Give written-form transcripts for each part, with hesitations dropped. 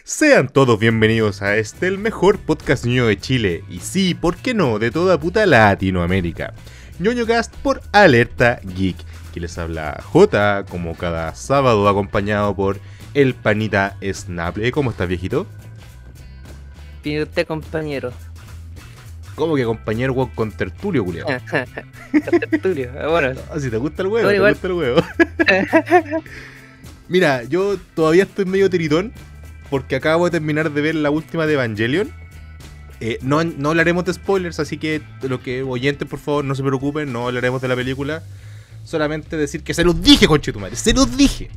Sean todos bienvenidos a el mejor podcast ñoño de Chile, y sí, ¿por qué no?, de toda puta Latinoamérica. ñoñocast por Alerta Geek, que les habla J, como cada sábado, acompañado por el panita Snapple. ¿Cómo estás, viejito? Bien, usted, compañero. ¿Cómo que compañero con tertulio, culiao? Tertulio, bueno. Si te gusta el huevo, No, te igual. gusta el huevo. Mira, yo todavía estoy medio tiritón porque acabo de terminar de ver la última de Evangelion. No hablaremos de spoilers, así que los que oyentes, por favor, no se preocupen, no hablaremos de la película. Solamente decir que se los dije, conchetumare, se los dije.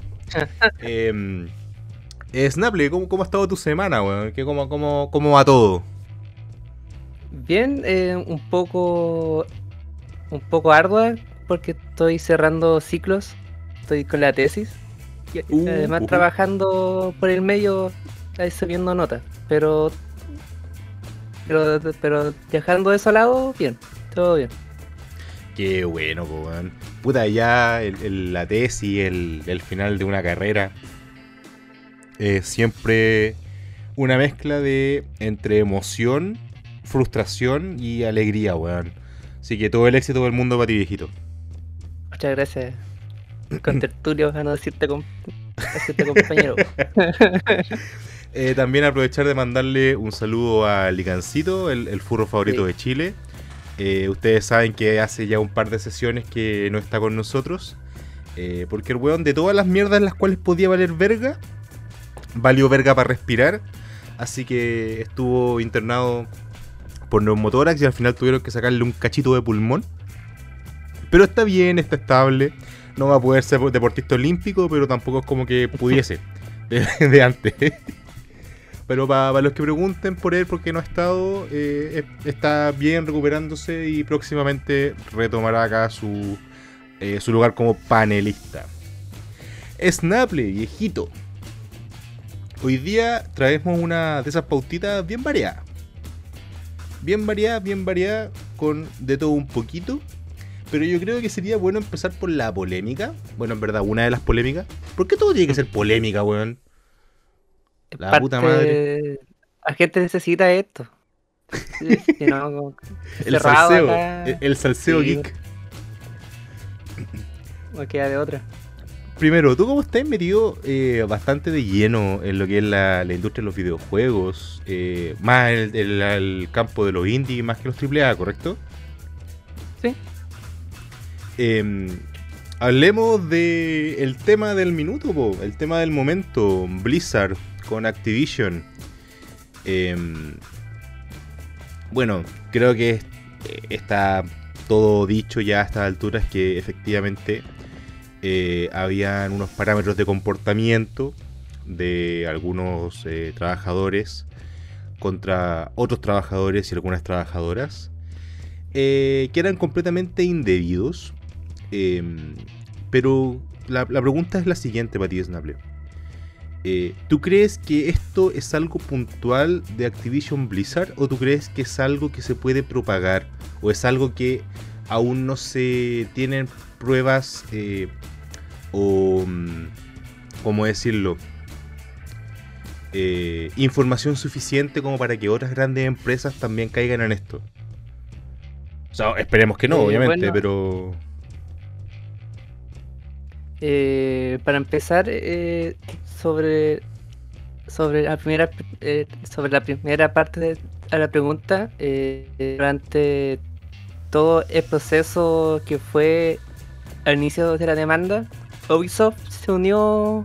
Snapple, ¿cómo ha estado tu semana, weón? ¿Cómo va todo? Bien, un poco ardua porque estoy cerrando ciclos, estoy con la tesis y además trabajando por el medio, ahí subiendo notas, pero dejando eso al lado, bien, todo bien. Qué bueno, weón. Puta, ya la tesis, el final de una carrera, siempre una mezcla de entre emoción, frustración y alegría, weón. Así que todo el éxito del mundo para ti, viejito. Muchas gracias, con tertulio, a no decirte compañero. También aprovechar de mandarle un saludo a Licancito, el furro favorito de Chile. Ustedes saben que hace ya un par de sesiones que no está con nosotros, porque el weón, de todas las mierdas en las cuales podía valer verga, valió verga para respirar. Así que estuvo internado por neumotórax y al final tuvieron que sacarle un cachito de pulmón. Pero está bien, está estable. No va a poder ser deportista olímpico, pero tampoco es como que pudiese de antes. Pero para los que pregunten por él, por qué no ha estado, está bien recuperándose y próximamente retomará acá su lugar como panelista. Snapple, viejito. Hoy día traemos una de esas pautitas bien variada. Bien variada, con de todo un poquito. Pero yo creo que sería bueno empezar por la polémica. Bueno, en verdad, una de las polémicas. ¿Por qué todo tiene que ser polémica, weón? La puta madre. La gente necesita esto. Si no, El cerrado salseo. acá, El salseo sí, geek. no queda de otra. Primero, ¿tú cómo estás metido bastante de lleno en lo que es la industria de los videojuegos? Más el campo de los indie, más que los AAA, ¿correcto? Sí. Hablemos del tema del minuto, el tema del momento. Blizzard con Activision. Bueno, creo que está todo dicho ya a estas alturas, que efectivamente habían unos parámetros de comportamiento de algunos trabajadores contra otros trabajadores y algunas trabajadoras que eran completamente indebidos. Pero la pregunta es la siguiente para ti, Snapple. ¿Tú crees que esto es algo puntual de Activision Blizzard, o tú crees que es algo que se puede propagar, o es algo que aún no se tienen pruebas o, ¿cómo decirlo?, información suficiente como para que otras grandes empresas también caigan en esto? O sea, esperemos que no, obviamente, bueno, pero... para empezar, sobre la primera parte de la pregunta, durante todo el proceso que fue al inicio de la demanda, Ubisoft se unió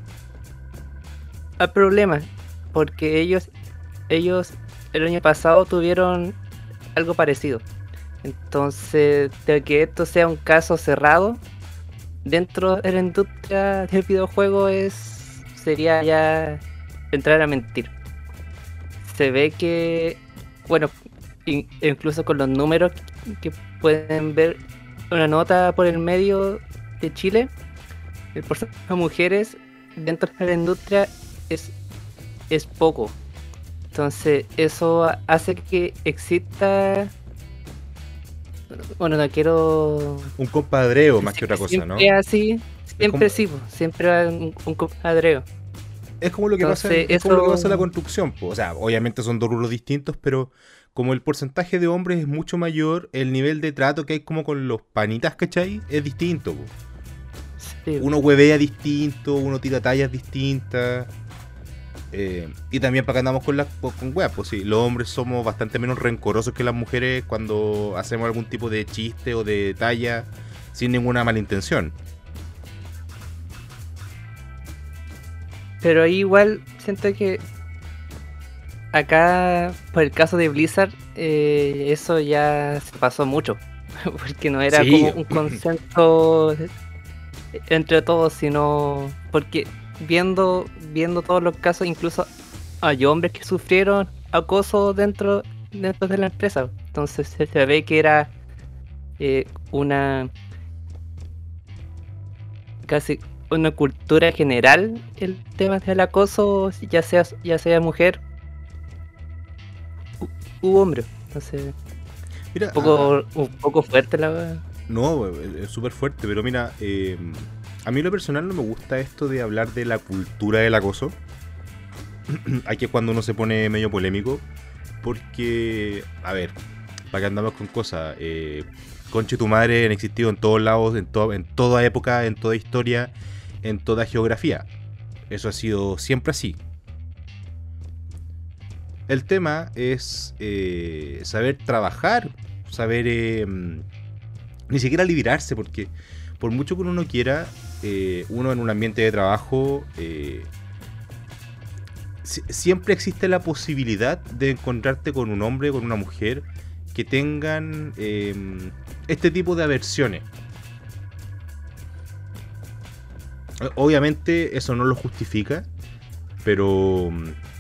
al problema porque ellos el año pasado tuvieron algo parecido. Entonces, de que esto sea un caso cerrado dentro de la industria del videojuego sería ya entrar a mentir. Se ve que, bueno, incluso con los números que pueden ver, una nota por el medio de Chile, el porcentaje de mujeres dentro de la industria es poco. Entonces eso hace que exista, bueno, no quiero... un compadreo más que otra cosa, ¿no? Siempre así, siempre sí, siempre un compadreo. Es como lo que pasa Entonces, es como lo que pasa en la eso, construcción, po. O sea, obviamente son dos rubros distintos, pero como el porcentaje de hombres es mucho mayor, el nivel de trato que hay como con los panitas, ¿cachai? Es distinto, po. sí, Uno huevea distinto, uno tira tallas distintas. Y también para que andamos con weas, pues sí, los hombres somos bastante menos rencorosos que las mujeres cuando hacemos algún tipo de chiste o de talla sin ninguna mala intención. pero ahí igual siento que acá, por el caso de Blizzard, eso ya se pasó mucho, porque no era como Sí, un consenso entre todos, sino porque viendo todos los casos, incluso hay hombres que sufrieron acoso dentro de la empresa. Entonces se ve que era una casi una cultura general el tema del acoso, ya sea mujer u hombre. Entonces, mira, un poco fuerte la. no, es súper fuerte, pero mira, a mí en lo personal no me gusta esto de hablar de la cultura del acoso. Aquí es cuando uno se pone medio polémico, porque, a ver, para que andamos con cosas, conche tu madre han existido en todos lados, en toda época, en toda historia, en toda geografía. Eso ha sido siempre así. El tema es saber trabajar, saber ni siquiera liberarse, porque por mucho que uno no quiera, uno en un ambiente de trabajo siempre existe la posibilidad de encontrarte con un hombre, con una mujer que tengan este tipo de aversiones. Obviamente eso no lo justifica, pero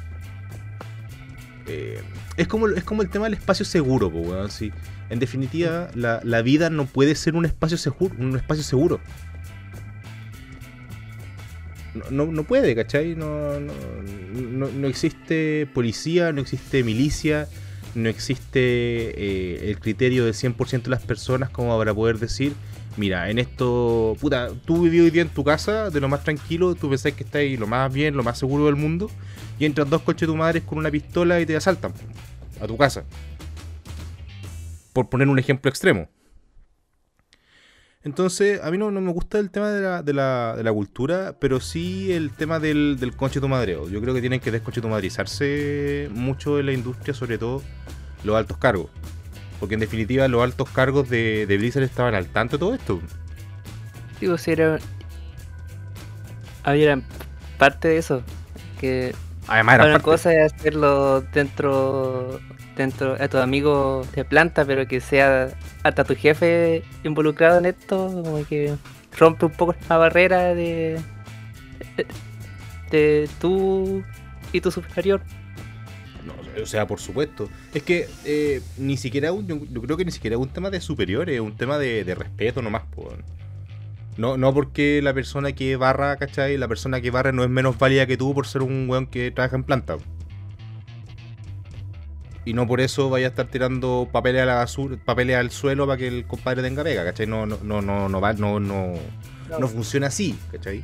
es como el tema del espacio seguro, po, weón, sí. En definitiva, la vida no puede ser un espacio seguro. No puede, ¿cachai? No existe policía, no existe milicia, no existe el criterio del 100% de las personas como para poder decir, mira, en esto, puta, tú vivías hoy día en tu casa de lo más tranquilo, tú pensás que estás ahí lo más bien, lo más seguro del mundo, y entran dos coches de tu madre con una pistola y te asaltan a tu casa. Por poner un ejemplo extremo. Entonces, a mí no me gusta el tema de la cultura, pero sí el tema del conchetumadreo. Yo creo que tienen que desconchetumadrizarse mucho en la industria, sobre todo los altos cargos. Porque en definitiva los altos cargos de Blizzard estaban al tanto de todo esto. Digo, si había parte de eso, que Además eran una parte. cosa es hacerlo dentro a tus amigos de planta, pero que sea hasta tu jefe involucrado en esto, como que rompe un poco la barrera de tú y tu superior. No, o sea, por supuesto. Es que ni siquiera yo creo que ni siquiera es un tema de superiores, es un tema de respeto nomás, po. No porque la persona que barra, ¿cachai? La persona que barra no es menos válida que tú por ser un weón que trabaja en planta. Y no por eso vaya a estar tirando papeles a la basura, papeles al suelo para que el compadre tenga pega, ¿cachai? No funciona así, ¿cachai?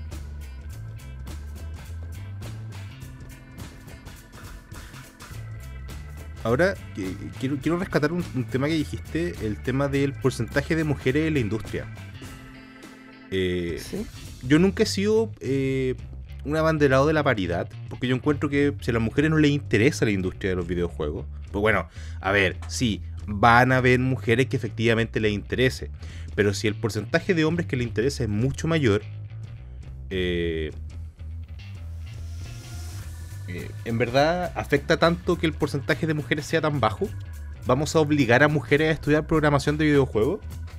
Ahora, quiero rescatar un tema que dijiste, el tema del porcentaje de mujeres en la industria. ¿Sí? Yo nunca he sido un abanderado de la paridad, porque yo encuentro que si a las mujeres no les interesa la industria de los videojuegos, pues bueno, a ver, sí, van a haber mujeres que efectivamente les interese, pero si el porcentaje de hombres que les interesa es mucho mayor, en verdad afecta tanto que el porcentaje de mujeres sea tan bajo. ¿Vamos a obligar a mujeres a estudiar programación de videojuegos?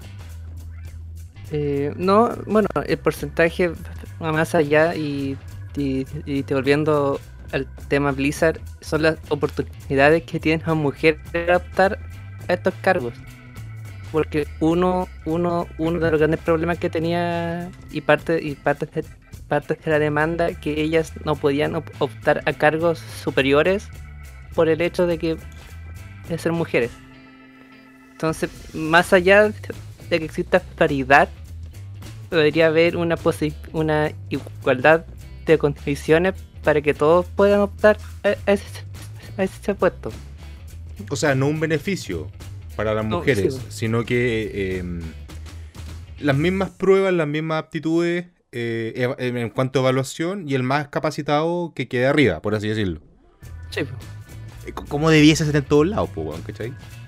No, bueno, el porcentaje va más allá y te volviendo al tema Blizzard, son las oportunidades que tienen las mujeres de optar a estos cargos. Porque uno de los grandes problemas que tenía parte de la demanda, que ellas no podían optar a cargos superiores por el hecho de ser mujeres. Entonces, más allá de que exista paridad, debería haber una igualdad de condiciones para que todos puedan optar a ese puesto. O sea, no un beneficio para las No, mujeres, sí. sino que las mismas pruebas, las mismas aptitudes en cuanto a evaluación y el más capacitado que quede arriba, por así decirlo. Sí, po. Como debiese ser en todos lados, pues, weón, ¿cachai?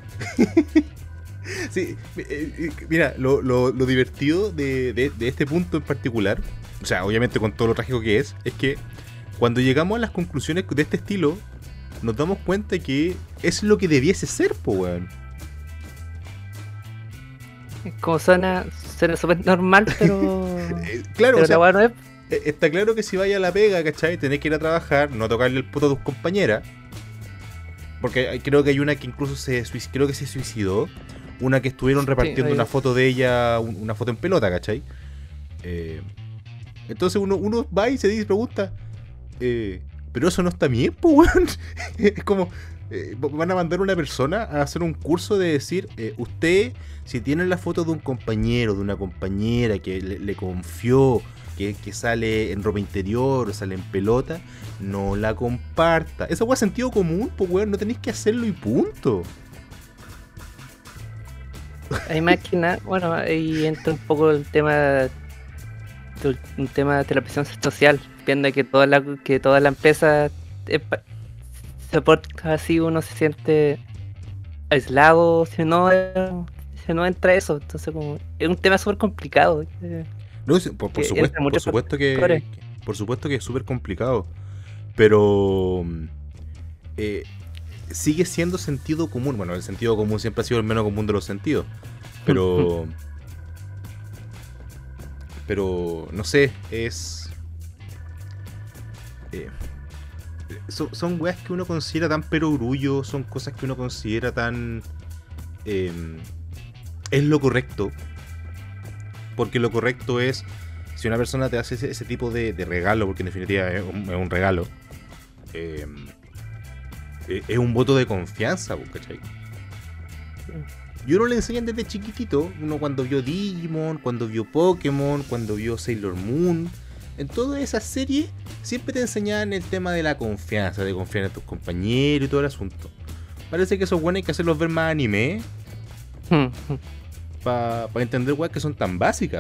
Sí, mira, lo divertido de este punto en particular, o sea, obviamente con todo lo trágico que es que cuando llegamos a las conclusiones de este estilo, nos damos cuenta que es lo que debiese ser, pues, weón. Como suena súper normal, pero. Claro, Pero o sea, la weá no es. está claro que si vaya a la pega, ¿cachai? Tenés que ir a trabajar, no tocarle el poto a tus compañeras. Porque creo que hay una que incluso creo que se suicidó. Una que estuvieron repartiendo una foto de ella, una foto en pelota, ¿cachai? Entonces uno va y se pregunta, pero eso no está bien, pues, weón. Es como, van a mandar a una persona a hacer un curso de decir, usted, si tiene la foto de un compañero, de una compañera que le confió, que sale en ropa interior o sale en pelota, no la comparta. Esa weá es sentido común, pues, weón, no tenéis que hacerlo y punto. Hay más que nada. Bueno, ahí entra un poco el tema. Un tema de la presión social. Viendo que toda la empresa se porta así, uno se siente aislado. Si no entra eso, entonces como es un tema súper complicado. No, por supuesto que es súper complicado, pero sigue siendo sentido común. Bueno, el sentido común siempre ha sido el menos común de los sentidos, pero no sé, son weas que uno considera tan perogrullo, son cosas que uno considera tan es lo correcto. Porque lo correcto es, si una persona te hace ese tipo de regalo, porque en definitiva es un regalo, es un voto de confianza, ¿cachai? Y uno le enseñan desde chiquitito, uno cuando vio Digimon, cuando vio Pokémon, cuando vio Sailor Moon, en todas esas series siempre te enseñaban el tema de la confianza, de confiar en tus compañeros y todo el asunto. Parece que eso es bueno, hay que hacerlos ver más anime, para entender weas que son tan básicas.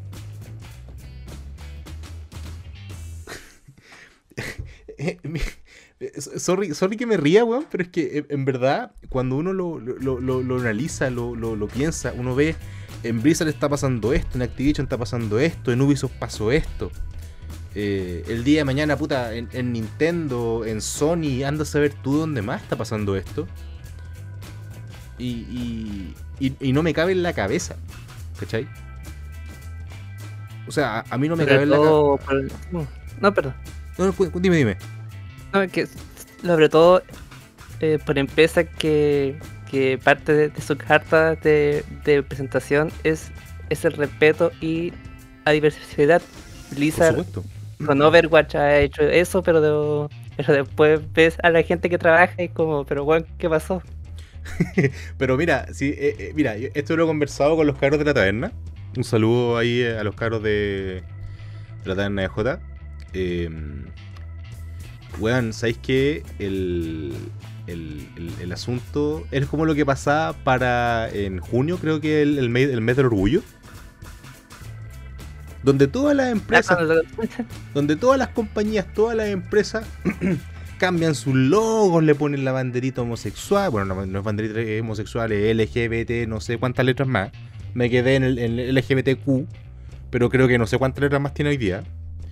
Sorry que me ría, weón, pero es que en verdad, cuando uno lo analiza, lo piensa, uno ve, en Blizzard está pasando esto, en Activision está pasando esto, en Ubisoft pasó esto. El día de mañana, puta, en Nintendo, en Sony, anda a saber tú dónde más está pasando esto. Y no me cabe en la cabeza, ¿cachai? O sea, a mí no me cabe en la cabeza. No, perdón. No, dime. No, es que sobre todo por empresa que parte de su carta de presentación es el respeto y la diversidad. Blizzard Por supuesto. con Overwatch ha hecho eso, pero después ves a la gente que trabaja y como, pero bueno, ¿qué pasó? Pero mira, mira, esto lo he conversado con los cabros de la taberna. Un saludo ahí a los cabros de la taberna de J. Weón, ¿sabéis qué? El asunto es como lo que pasaba en junio, creo que el mes del orgullo. Donde todas las empresas, donde todas las compañías, todas las empresas cambian sus logos, le ponen la banderita homosexual. Bueno, no es banderita homosexual, es LGBT, no sé cuántas letras más. Me quedé en el LGBTQ, pero creo que no sé cuántas letras más tiene hoy día.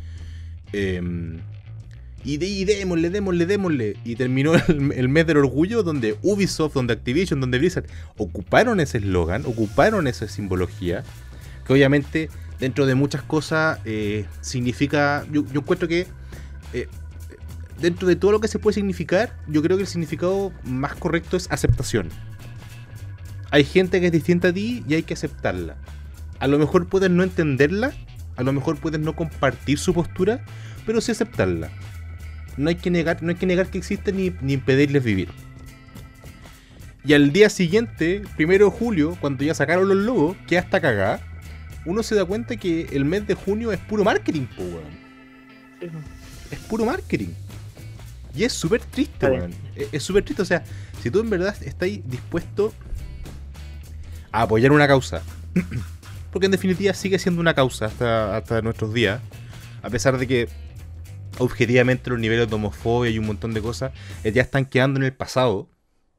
Y démosle. Y terminó el mes del orgullo, donde Ubisoft, donde Activision, donde Blizzard ocuparon ese eslogan, ocuparon esa simbología, que obviamente dentro de muchas cosas significa, yo encuentro que dentro de todo lo que se puede significar, yo creo que el significado más correcto es aceptación. Hay gente que es distinta a ti y hay que aceptarla. A lo mejor puedes no entenderla, a lo mejor puedes no compartir su postura, pero sí aceptarla. No hay que negar que existe ni impedirles vivir. Y al día siguiente, 1 de julio, cuando ya sacaron los logos, que hasta cagada, uno se da cuenta que el mes de junio es puro marketing, po, weón. es puro marketing. Y es súper triste, Vale. weón. Es súper triste. O sea, si tú en verdad estás dispuesto a apoyar una causa, porque en definitiva sigue siendo una causa hasta nuestros días, a pesar de que objetivamente los niveles de homofobia y un montón de cosas ya están quedando en el pasado.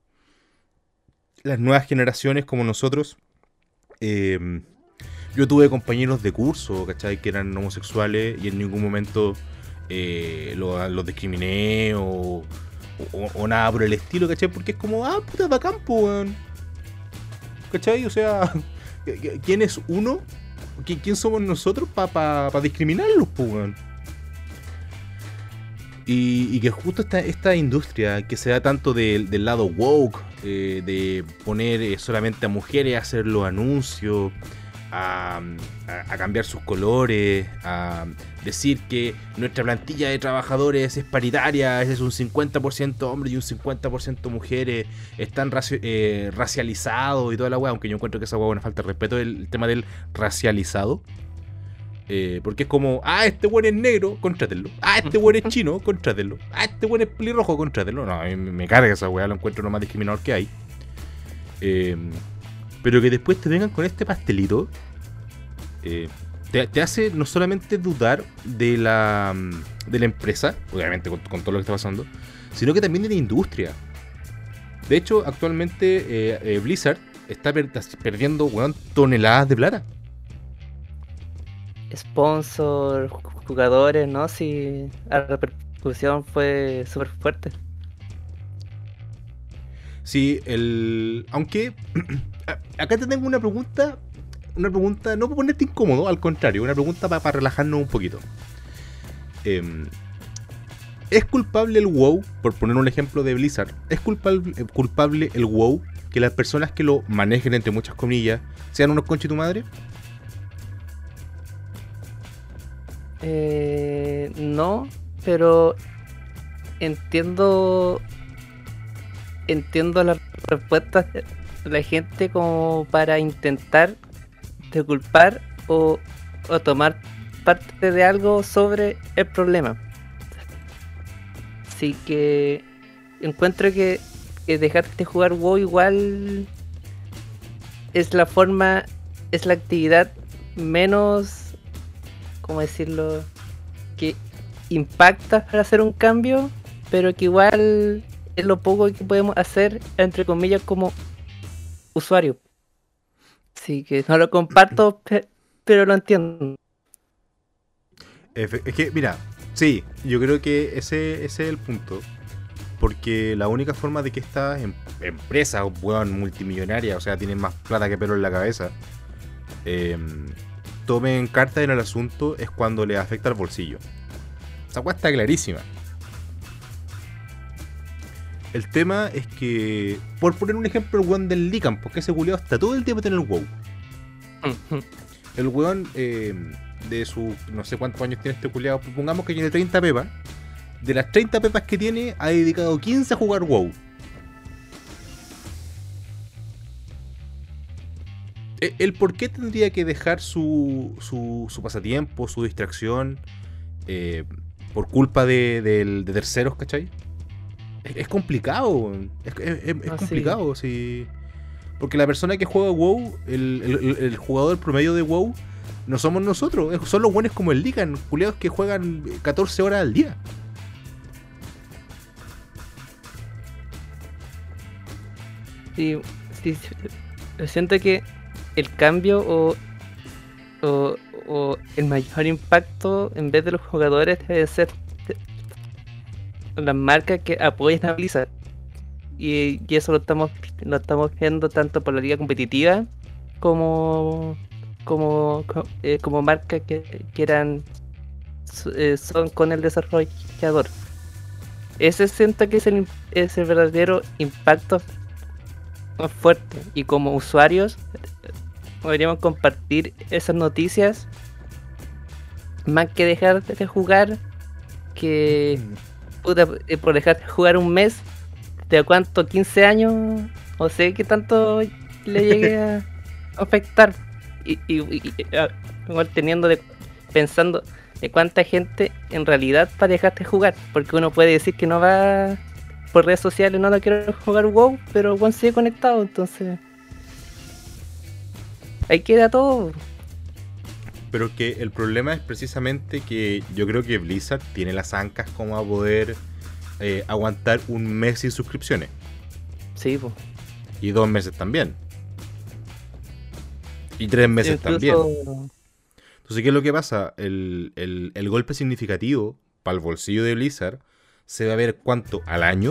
Las nuevas generaciones como nosotros, yo tuve compañeros de curso, ¿cachai? Que eran homosexuales y en ningún momento los discriminé o nada por el estilo, ¿cachai? Porque es como, puta, bacán, po, weón. ¿Cachai? O sea, ¿quién es uno? ¿Quién somos nosotros para discriminarlos, po, weón? Y que justo esta industria que se da tanto del lado woke, de poner solamente a mujeres a hacer los anuncios, a cambiar sus colores, a decir que nuestra plantilla de trabajadores es paritaria, es un 50% hombres y un 50% mujeres, están racializados y toda la weá, aunque yo encuentro que esa weá es una falta de respeto el tema del racializado. Porque es como, este weón es negro, contrátenlo. Este weón es chino, contrátenlo. Este weón es pelirrojo, contrátenlo. No, a mí me carga esa weá, lo encuentro lo más discriminador que hay. Pero que después te vengan con este pastelito, te hace no solamente dudar de la empresa, obviamente con todo lo que está pasando, sino que también de la industria. De hecho, actualmente Blizzard está perdiendo, weón, toneladas de plata. Sponsor, jugadores, ¿no? Si la repercusión fue súper fuerte. Sí, aunque acá te tengo una pregunta no para ponerte incómodo, al contrario, una pregunta para relajarnos un poquito. ¿Es culpable el WoW, por poner un ejemplo de Blizzard, es culpable el WoW que las personas que lo manejen, entre muchas comillas, sean unos conches tu madre? No, pero entiendo las respuestas de la gente como para intentar de culpar o tomar parte de algo sobre el problema. Así que encuentro que dejar de jugar WoW igual es la actividad menos, ¿cómo decirlo?, que impacta para hacer un cambio, pero que igual es lo poco que podemos hacer, entre comillas, como usuario. Así que no lo comparto, pero lo entiendo. Es que, mira, sí, yo creo que ese es el punto. Porque la única forma de que estas empresas, weón, multimillonarias, o sea, tienen más plata que pelo en la cabeza, tomen carta en el asunto es cuando les afecta al bolsillo. Esa weá está clarísima. El tema es que, por poner un ejemplo, el weón del Lican, porque ese culiao está todo el tiempo en el WoW. El weón de sus, no sé cuántos años tiene este culiao, pongamos que tiene 30 pepas. De las 30 pepas que tiene, ha dedicado 15 a jugar WoW. ¿El por qué tendría que dejar su pasatiempo, su distracción, por culpa de terceros, ¿cachai? Es complicado, es complicado, sí. Porque la persona que juega WoW, el jugador promedio de WoW, no somos nosotros, son los buenos como el Ligan, culiados que juegan 14 horas al día. Sí, siento que el cambio o el mayor impacto en vez de los jugadores debe ser las marcas que apoyan a Blizzard. Y eso lo estamos viendo tanto por la liga competitiva como marcas que son con el desarrollador. Ese siento que es el verdadero impacto más fuerte, y como usuarios podríamos compartir esas noticias más que dejar de jugar, que puta, por dejar de jugar un mes, de cuánto, 15 años, o sé qué tanto le llegue a afectar, igual pensando ¿cuánta gente en realidad va a dejarte jugar? Porque uno puede decir que no va por redes sociales, no quiero jugar WoW, pero Juan sigue conectado, entonces ahí queda todo. Pero que el problema es precisamente que yo creo que Blizzard tiene las ancas como a poder aguantar un mes sin suscripciones. Sí, pues. Y 2 meses también. Y 3 meses Incluso, también. Entonces, ¿qué es lo que pasa? El golpe significativo para el bolsillo de Blizzard se va a ver cuánto al año.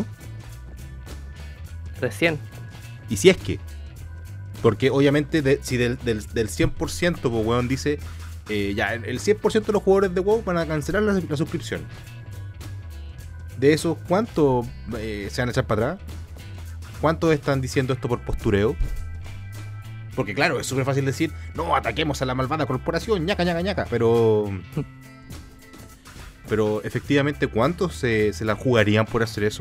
recién. Y si es que. Porque obviamente si del 100%, pues weón dice, ya el 100% de los jugadores de WoW van a cancelar la suscripción. De esos, ¿cuántos se van a echar para atrás? ¿Cuántos están diciendo esto por postureo? Porque claro, es súper fácil decir, no, ataquemos a la malvada corporación, ñaca, ñaca, ñaca. Pero efectivamente, ¿cuántos se la jugarían por hacer eso?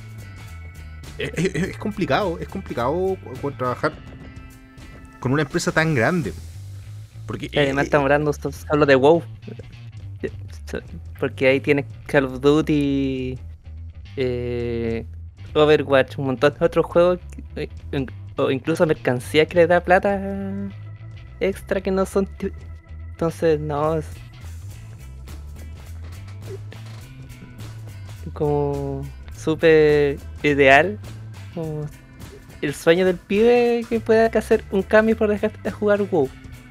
Es complicado trabajar con una empresa tan grande. Porque Además estamos hablando solo de WoW. Porque ahí tienes Call of Duty, Overwatch, un montón de otros juegos, o incluso mercancía que le da plata extra que no son... Entonces, no, es como súper ideal, como el sueño del pibe que pueda hacer un cambio por dejar de jugar WoW.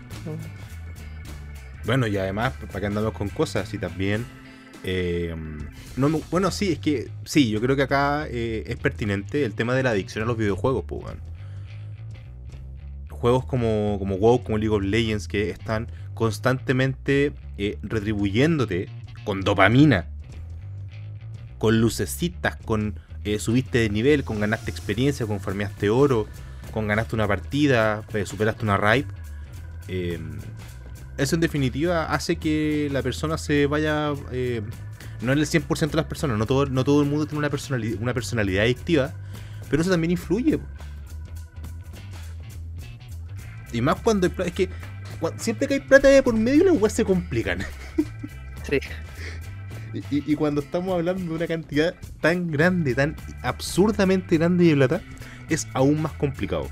Bueno, y además, para que andamos con cosas y también... bueno, sí, es que sí, yo creo que acá es pertinente el tema de la adicción a los videojuegos, pues, bueno. Juegos como WoW, como League of Legends, que están constantemente retribuyéndote con dopamina, con lucecitas, con subiste de nivel, con ganaste experiencia, con farmeaste oro, con ganaste una partida, superaste una raid. Eso en definitiva hace que la persona se vaya... no en el 100% de las personas, no todo el mundo tiene una personalidad adictiva, pero eso también influye. Y más cuando hay plata, es que siempre que hay plata de por medio las weas se complican. Sí. Y cuando estamos hablando de una cantidad tan grande, tan absurdamente grande de plata, es aún más complicado.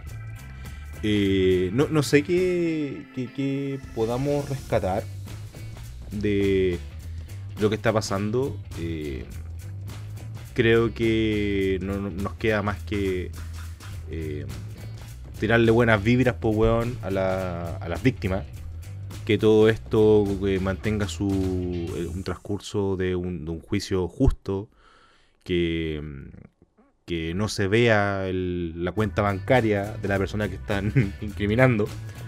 No sé qué podamos rescatar de lo que está pasando. Creo que no nos queda más que tirarle buenas vibras, po weón, a las víctimas. Que todo esto mantenga un transcurso de un juicio justo. Que no se vea la cuenta bancaria de la persona que están incriminando.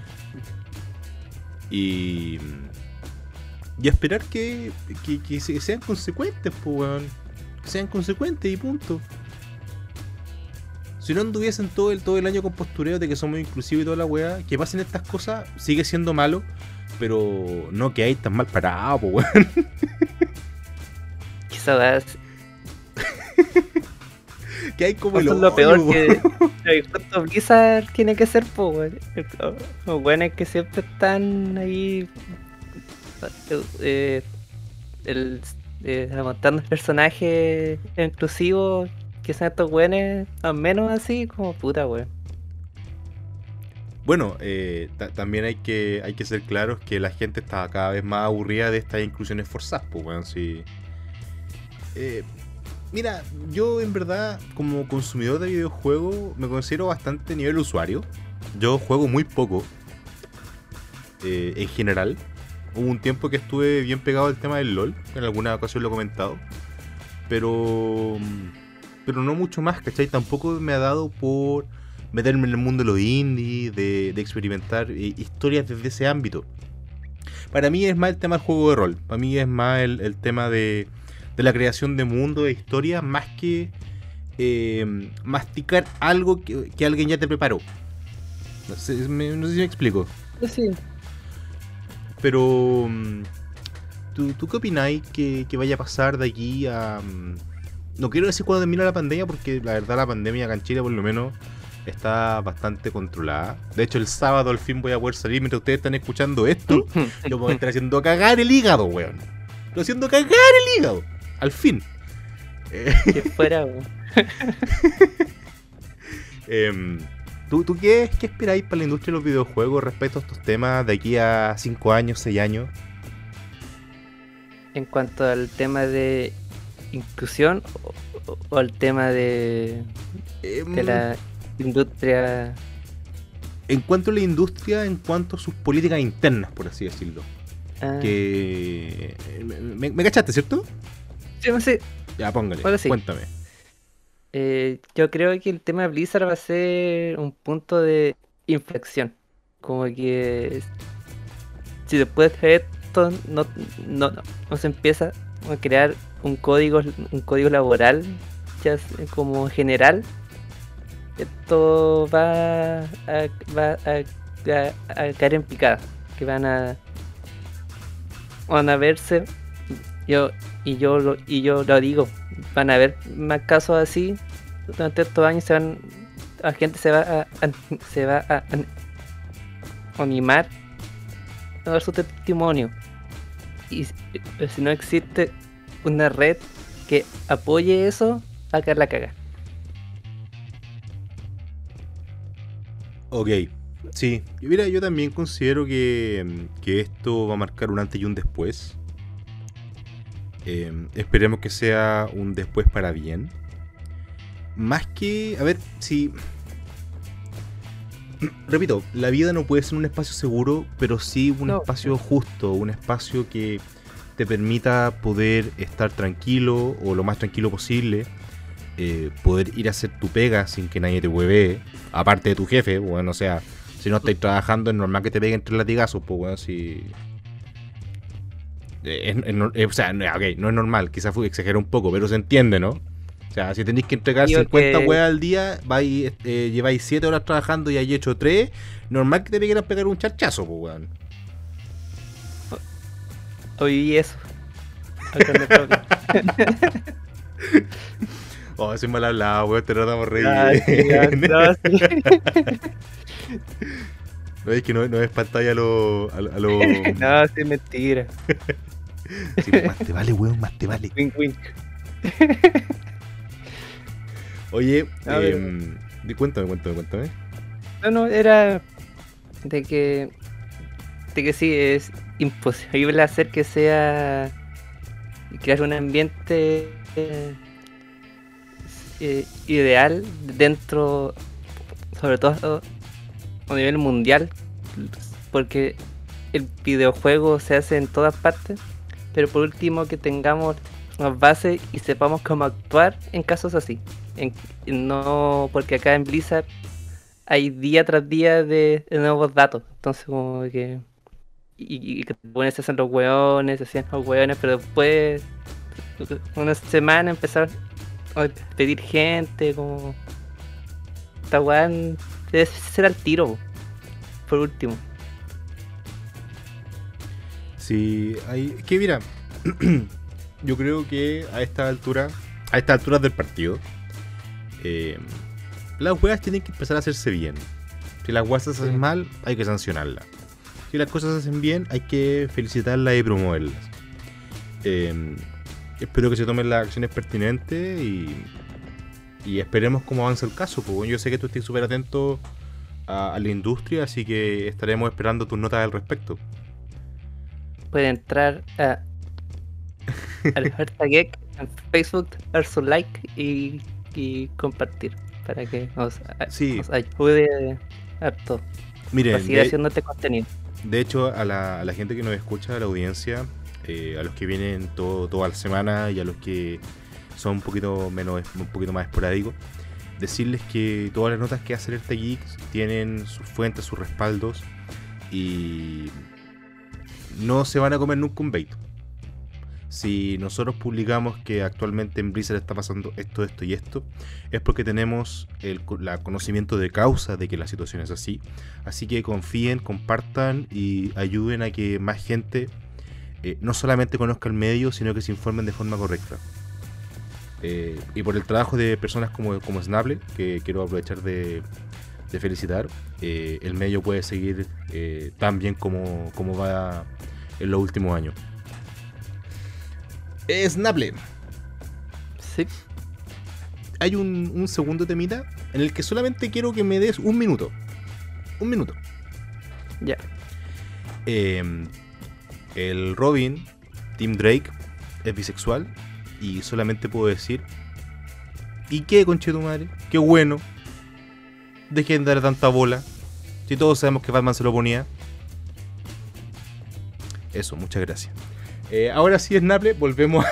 Y esperar que sean consecuentes, pues, weón. Que sean consecuentes y punto. Si no anduviesen todo el año con postureo de que somos inclusivos y toda la weá, que pasen estas cosas sigue siendo malo, pero no que hay tan mal parado, pues, weón. Quizás Que hay como eso es lo peor que el Blizzard tiene que ser, pues, lo bueno es que siempre están ahí montando personajes inclusivos que sean estos buenos, al menos así como puta, weón. Bueno, también hay que ser claros que la gente está cada vez más aburrida de estas inclusiones forzadas, pues, weón, sí. Mira, yo en verdad, como consumidor de videojuegos, me considero bastante nivel usuario. Yo juego muy poco, en general. Hubo un tiempo que estuve bien pegado al tema del LOL, en alguna ocasión lo he comentado. Pero no mucho más, ¿cachai? Tampoco me ha dado por meterme en el mundo de los indies, de experimentar historias desde ese ámbito. Para mí es más el tema del juego de rol. Para mí es más el tema de la creación de mundo, de historia, más que masticar algo que alguien ya te preparó. No sé si me explico. Sí. Pero ¿tú qué opináis que vaya a pasar de aquí a... no quiero decir cuando termine la pandemia, porque la verdad la pandemia acá en Chile por lo menos está bastante controlada. De hecho, el sábado al fin voy a poder salir. Mientras ustedes están escuchando esto, yo me voy a estar haciendo cagar el hígado, weón. Estoy haciendo cagar el hígado. Al fin. Que fuera, weón. ¿Tú qué esperáis para la industria de los videojuegos respecto a estos temas de aquí a 5 años, 6 años? En cuanto al tema de inclusión o al tema de la industria. En cuanto a la industria, en cuanto a sus políticas internas, por así decirlo. Que ¿Me cachaste, cierto? Sí, no sé. Ya, póngale, Ahora sí. cuéntame. Yo creo que el tema de Blizzard va a ser un punto de inflexión. Como que si después de esto no se empieza a crear un código laboral ya como general, esto va a caer en picada. Que van a verse, yo lo digo, van a haber más casos así durante estos años. La gente se va a animar a dar su testimonio, y si no existe una red que apoye eso, va a caer la caga. Ok, sí. Mira, yo también considero que esto va a marcar un antes y un después. Esperemos que sea un después para bien. Más que, a ver, si... Repito, la vida no puede ser un espacio seguro, pero sí un espacio justo, un espacio que te permita poder estar tranquilo o lo más tranquilo posible, poder ir a hacer tu pega sin que nadie te huevee, aparte de tu jefe. Bueno, o sea, si no estáis trabajando es normal que te peguen 3 latigazos, pues bueno, si... o sea, ok, no es normal, quizás exageré un poco, pero se entiende, ¿no? O sea, si tenéis que entregar 50 weas al día, lleváis 7 horas trabajando y hay hecho 3, normal que te quieran pegar un charchazo, pues weón. Oí eso. Oh, soy mal hablado, weón, te tratamos reír. No, es que no es pantalla a lo... No, sí, mentira. Sí, más te vale, weón, más te vale. Wink, wink. Oye, cuéntame. No, era de que sí, es imposible hacer que sea, crear un ambiente ideal dentro, sobre todo a nivel mundial, porque el videojuego se hace en todas partes, pero por último que tengamos las bases y sepamos cómo actuar en casos así. No, porque acá en Blizzard hay día tras día de nuevos datos, entonces como que y que bueno, se hacen los hueones, pero después una semana empezar a pedir gente, como esta weá debe ser al tiro, por último. Sí, que mira, yo creo que a estas alturas del partido, las weas tienen que empezar a hacerse bien. Si las weas se hacen mal, hay que sancionarlas. Si las cosas se hacen bien, hay que felicitarlas y promoverlas. Espero que se tomen las acciones pertinentes y esperemos cómo avanza el caso. Pues yo sé que tú estás súper atento a la industria, así que estaremos esperando tus notas al respecto. Puede entrar al hashtag en Facebook, dar su like y compartir para que nos ayude harto. Miren, para seguir haciendo este contenido. De hecho, a la gente que nos escucha, a la audiencia, a los que vienen toda la semana y a los que son un poquito más esporádicos, decirles que todas las notas que hace Alerta Geeks tienen sus fuentes, sus respaldos y no se van a comer nunca un bait. Si nosotros publicamos que actualmente en Blizzard está pasando esto y esto, es porque tenemos el conocimiento de causa de que la situación es así. Así que confíen, compartan y ayuden a que más gente no solamente conozca el medio, sino que se informen de forma correcta. Y por el trabajo de personas como Snapple, que quiero aprovechar de felicitar, el medio puede seguir tan bien como va en los últimos años. Snapple. Sí. Hay un segundo temita en el que solamente quiero que me des un minuto. Un minuto. Ya. El Robin, Tim Drake, es bisexual. Y solamente puedo decir: ¿y qué, conchetumadre? Qué bueno. Dejen de dar tanta bola. Si todos sabemos que Batman se lo ponía. Eso, muchas gracias. Ahora sí, Snapple, volvemos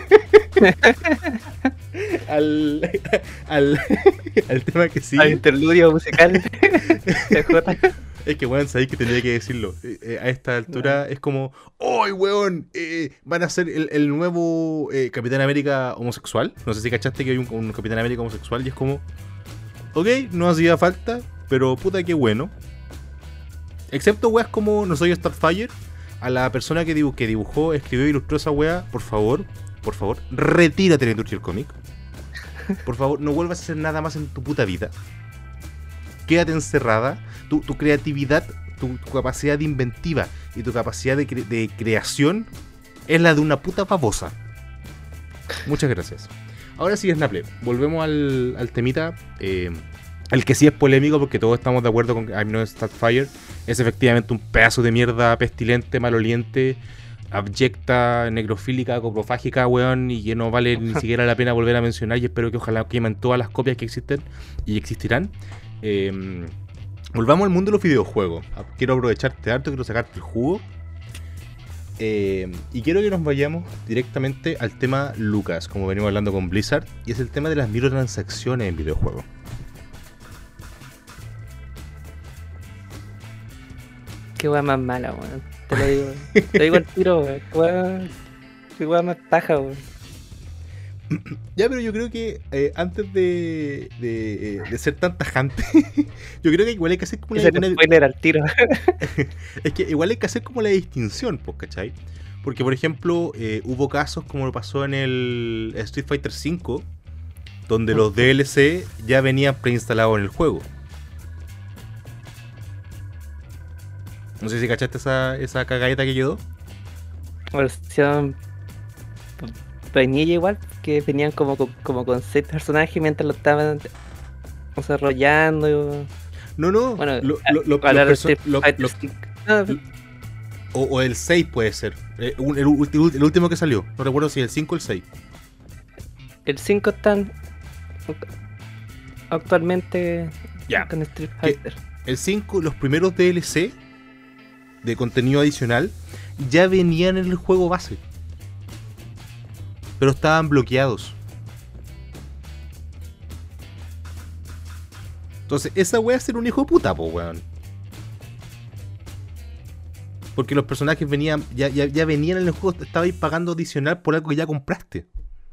al tema que sigue. Al interludio musical de Jota. Es que, weón, sabéis que tenía que decirlo. A esta altura es como: ¡ay, weón! Van a ser el nuevo Capitán América homosexual. No sé si cachaste que hay un Capitán América homosexual y es como: ok, no hacía falta, pero puta que bueno. Excepto weas como No Soy Starfire. A la persona que dibujó, escribió y ilustró esa wea, por favor, retírate de la industria del cómic. Por favor, no vuelvas a hacer nada más en tu puta vida. Quédate encerrada. Tu creatividad, tu capacidad de inventiva y tu capacidad de creación es la de una puta babosa. Muchas gracias. Ahora sí, Snapple, volvemos al temita. El que sí es polémico, porque todos estamos de acuerdo con que I'm Not Starfire es efectivamente un pedazo de mierda pestilente, maloliente, abyecta, necrofílica, coprofágica, weón, y que no vale ni siquiera la pena volver a mencionar, y espero que ojalá quemen todas las copias que existen y existirán. Volvamos al mundo de los videojuegos. Quiero aprovecharte harto, quiero sacarte el jugo. Y quiero que nos vayamos directamente al tema Lucas, como venimos hablando con Blizzard, y es el tema de las microtransacciones en videojuegos. Qué weá más mala, weón. Te lo digo. Te digo al tiro, weón. Qué weá más paja, weón. Ya, pero yo creo que antes de ser tan tajante, yo creo que igual hay que hacer como Ese era spoiler al tiro. Es que igual hay que hacer como la distinción, pues, ¿cachai? Porque, por ejemplo, hubo casos como lo pasó en el Street Fighter V, donde los DLC ya venían preinstalados en el juego. No sé si cachaste esa cagadita que quedó. Versión vainilla igual, que venían como con 6 personajes mientras lo estaban desarrollando. No. Bueno, o el 6 puede ser. El último que salió. No recuerdo si el 5 o el 6. El 5 están actualmente con Street Fighter. El 5, los primeros DLC de contenido adicional ya venían en el juego base, pero estaban bloqueados. Entonces esa wea es ser un hijo de puta, po, weón. Porque los personajes venían ya venían en el juego, estabais pagando adicional por algo que ya compraste.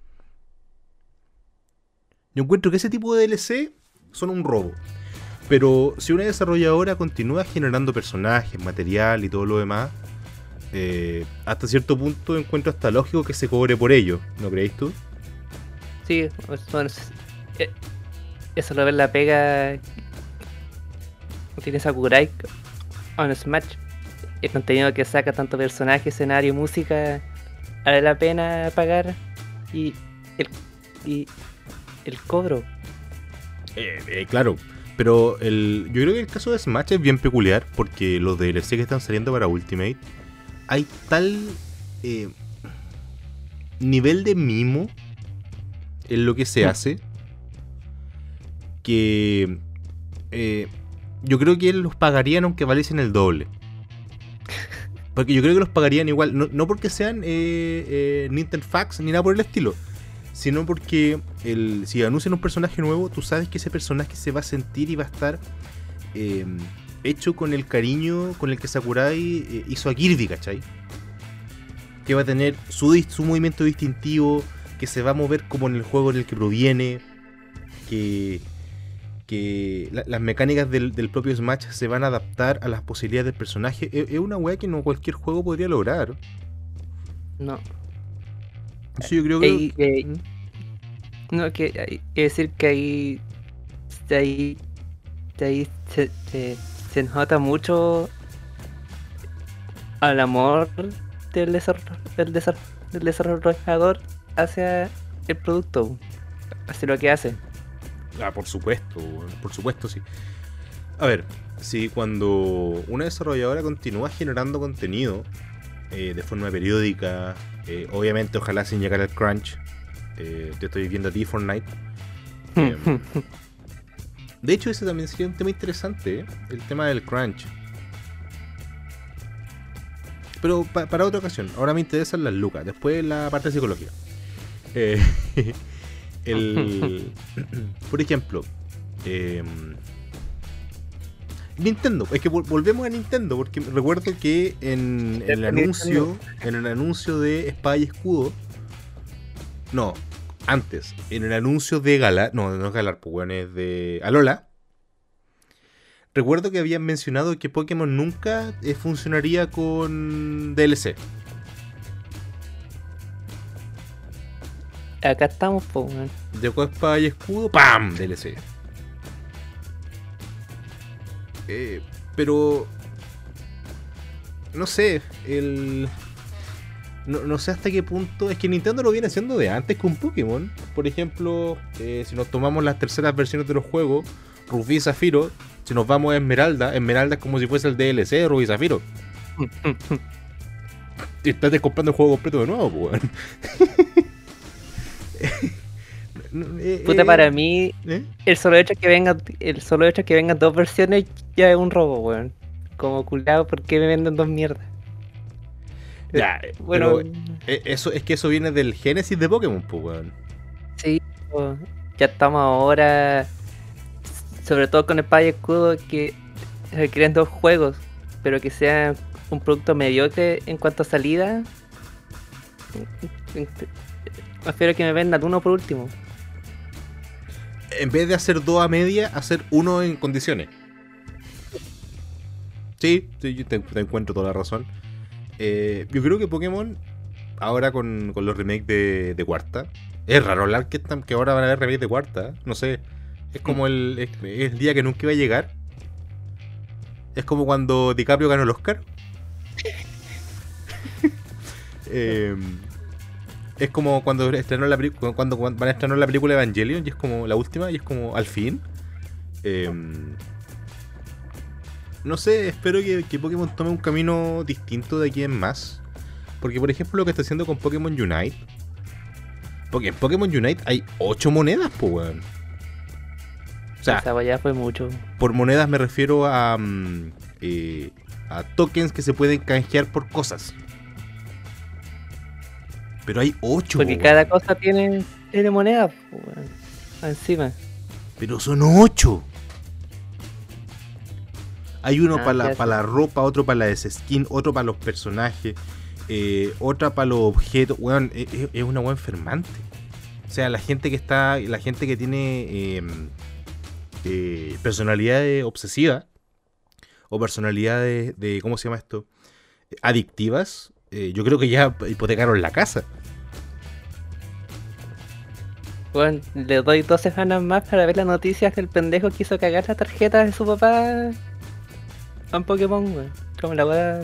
Yo encuentro que ese tipo de DLC son un robo. Pero si una desarrolladora continúa generando personajes, material y todo lo demás, hasta cierto punto encuentro hasta lógico que se cobre por ello, ¿no creéis tú? Sí, bueno, eso lo ves la pega que tiene Sakurai on Smash. El contenido que saca, tanto personaje, escenario, música, vale la pena pagar. Y el cobro. Claro. Pero yo creo que el caso de Smash es bien peculiar, porque los DLC que están saliendo para Ultimate, hay tal nivel de mimo en lo que se hace, que yo creo que los pagarían aunque valiesen el doble. Porque yo creo que los pagarían igual, no porque sean Nintendo Facts ni nada por el estilo, sino porque si anuncian un personaje nuevo, tú sabes que ese personaje se va a sentir y va a estar hecho con el cariño con el que Sakurai hizo a Kirby, ¿cachai? Que va a tener su movimiento distintivo, que se va a mover como en el juego en el que proviene, que las mecánicas del propio Smash se van a adaptar a las posibilidades del personaje. Es una weá que no cualquier juego podría lograr. No. Sí, yo creo que... No, que es decir que ahí, ahí se nota mucho al amor del, del desarrollador hacia el producto, hacia lo que hace. Ah, por supuesto, sí. A ver, si cuando una desarrolladora continúa generando contenido de forma periódica, obviamente ojalá sin llegar al crunch, te estoy viendo a ti Fortnite. De hecho, ese también sería un tema interesante, el tema del crunch. Pero para otra ocasión, ahora me interesan las lucas, después la parte psicológica. Eh, por ejemplo, Nintendo, es que volvemos a Nintendo, porque recuerdo que en el anuncio de Espada y Escudo, no, antes, en el anuncio de Galar, no es Galar, pues bueno, es de Alola. Recuerdo que habían mencionado que Pokémon nunca funcionaría con DLC. Acá estamos, pues, weón. Llegó Espada y Escudo, ¡pam! DLC. Pero no sé, no sé hasta qué punto. Es que Nintendo lo viene haciendo de antes con Pokémon. Por ejemplo, si nos tomamos las terceras versiones de los juegos, Rubí y Zafiro. Si nos vamos a Esmeralda, Esmeralda es como si fuese el DLC de Rubí y Zafiro. Estás comprando el juego completo de nuevo, pues. Puta, para mí, el solo hecho de que vengan dos versiones ya es un robo, weón. Como culiado, ¿por qué me venden dos mierdas? Ya, bueno, eso es que eso viene del génesis de Pokémon, pues, weón. Sí, ya estamos ahora, sobre todo con Espada y Escudo, que requieren dos juegos, pero que sean un producto mediocre en cuanto a salida. Prefiero que me vendan uno por último. En vez de hacer dos a media, hacer uno en condiciones. Sí, yo te encuentro toda la razón. Yo creo que Pokémon, ahora con los remakes de cuarta, es raro hablar que ahora van a haber remakes de cuarta. No sé, es como el día que nunca iba a llegar. Es como cuando DiCaprio ganó el Oscar. Es como cuando cuando van a estrenar la película Evangelion, y es como la última, y es como al fin. No sé, espero que Pokémon tome un camino distinto de aquí en más. Porque, por ejemplo, lo que está haciendo con Pokémon Unite. Porque en Pokémon Unite hay 8 monedas, pues, weón. O sea, esa ya fue mucho. Por monedas me refiero a tokens que se pueden canjear por cosas. Pero hay 8. Porque cada cosa tiene moneda, weón, encima. Pero son 8. Hay uno para la ropa, otro para la skin, otro para los personajes, otra para los objetos. Weón, es una weón enfermante. O sea, la gente que tiene personalidades obsesivas o personalidades de ¿cómo se llama esto? Adictivas. Yo creo que ya hipotecaron la casa. Bueno, le doy 2 semanas más para ver las noticias que el pendejo quiso cagar la tarjeta de su papá en Pokémon, weón. Como la weá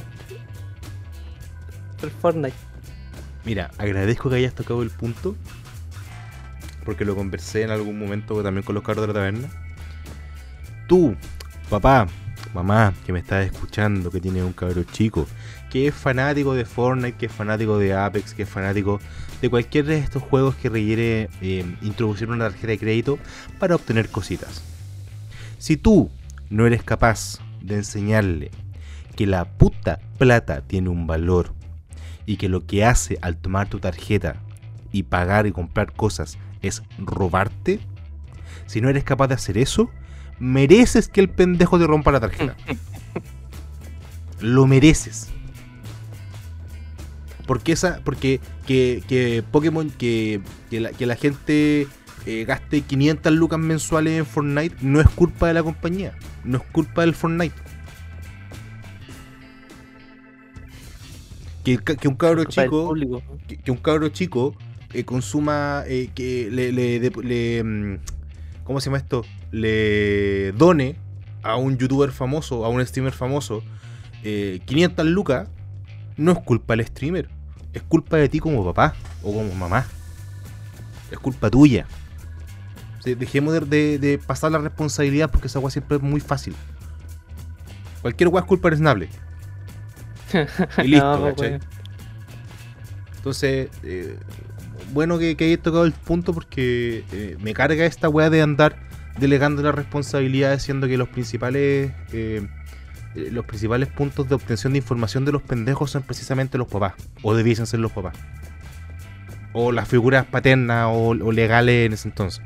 del Fortnite. Mira, agradezco que hayas tocado el punto, porque lo conversé en algún momento también con los cabros de la taberna. Tú, papá, mamá, que me estás escuchando, que tiene un cabro chico, que es fanático de Fortnite, que es fanático de Apex, que es fanático de cualquier de estos juegos que requiere introducir una tarjeta de crédito para obtener cositas. Si tú no eres capaz de enseñarle que la puta plata tiene un valor y que lo que hace al tomar tu tarjeta y pagar y comprar cosas es robarte, si no eres capaz de hacer eso, mereces que el pendejo te rompa la tarjeta. Lo mereces. Porque que Pokémon, que la gente gaste 500 lucas mensuales en Fortnite no es culpa de la compañía, no es culpa del Fortnite. Que un cabro chico consuma, que ¿cómo se llama esto? Le done a un youtuber famoso, a un streamer famoso, 500 lucas, no es culpa del streamer, es culpa de ti como papá o como mamá. Es culpa tuya. O sea, dejemos de pasar la responsabilidad porque esa weá siempre es muy fácil. Cualquier weá es culpa de Snable. Y listo, No, ¿cachai? weón. Entonces, bueno que hayas tocado el punto porque me carga esta weá de andar delegando las responsabilidades, siendo que los principales puntos de obtención de información de los pendejos son precisamente los papás, o debiesen ser los papás, o las figuras paternas o legales en ese entonces.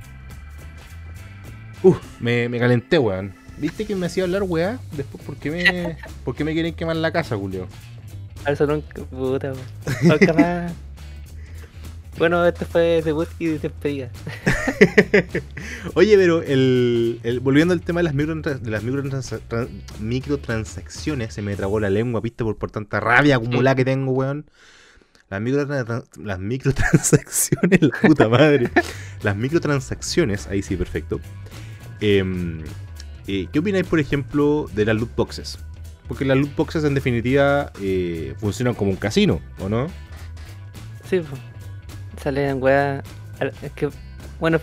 Me calenté, weón. ¿Viste que me hacía hablar, weá? Después, ¿por qué me quieren quemar la casa, Julio? A eso nunca, puta, weón. Nunca más. Bueno, este fue debut y despedida. Oye, pero volviendo al tema de las microtransacciones, se me trabó la lengua, viste, por tanta rabia acumulada que tengo, weón. Las microtransacciones, la puta madre. Las microtransacciones, ahí sí, perfecto. ¿Qué opináis, por ejemplo, de las loot boxes? Porque las loot boxes en definitiva funcionan como un casino, ¿o no? Sí, pues. Salen weá. Es que, bueno.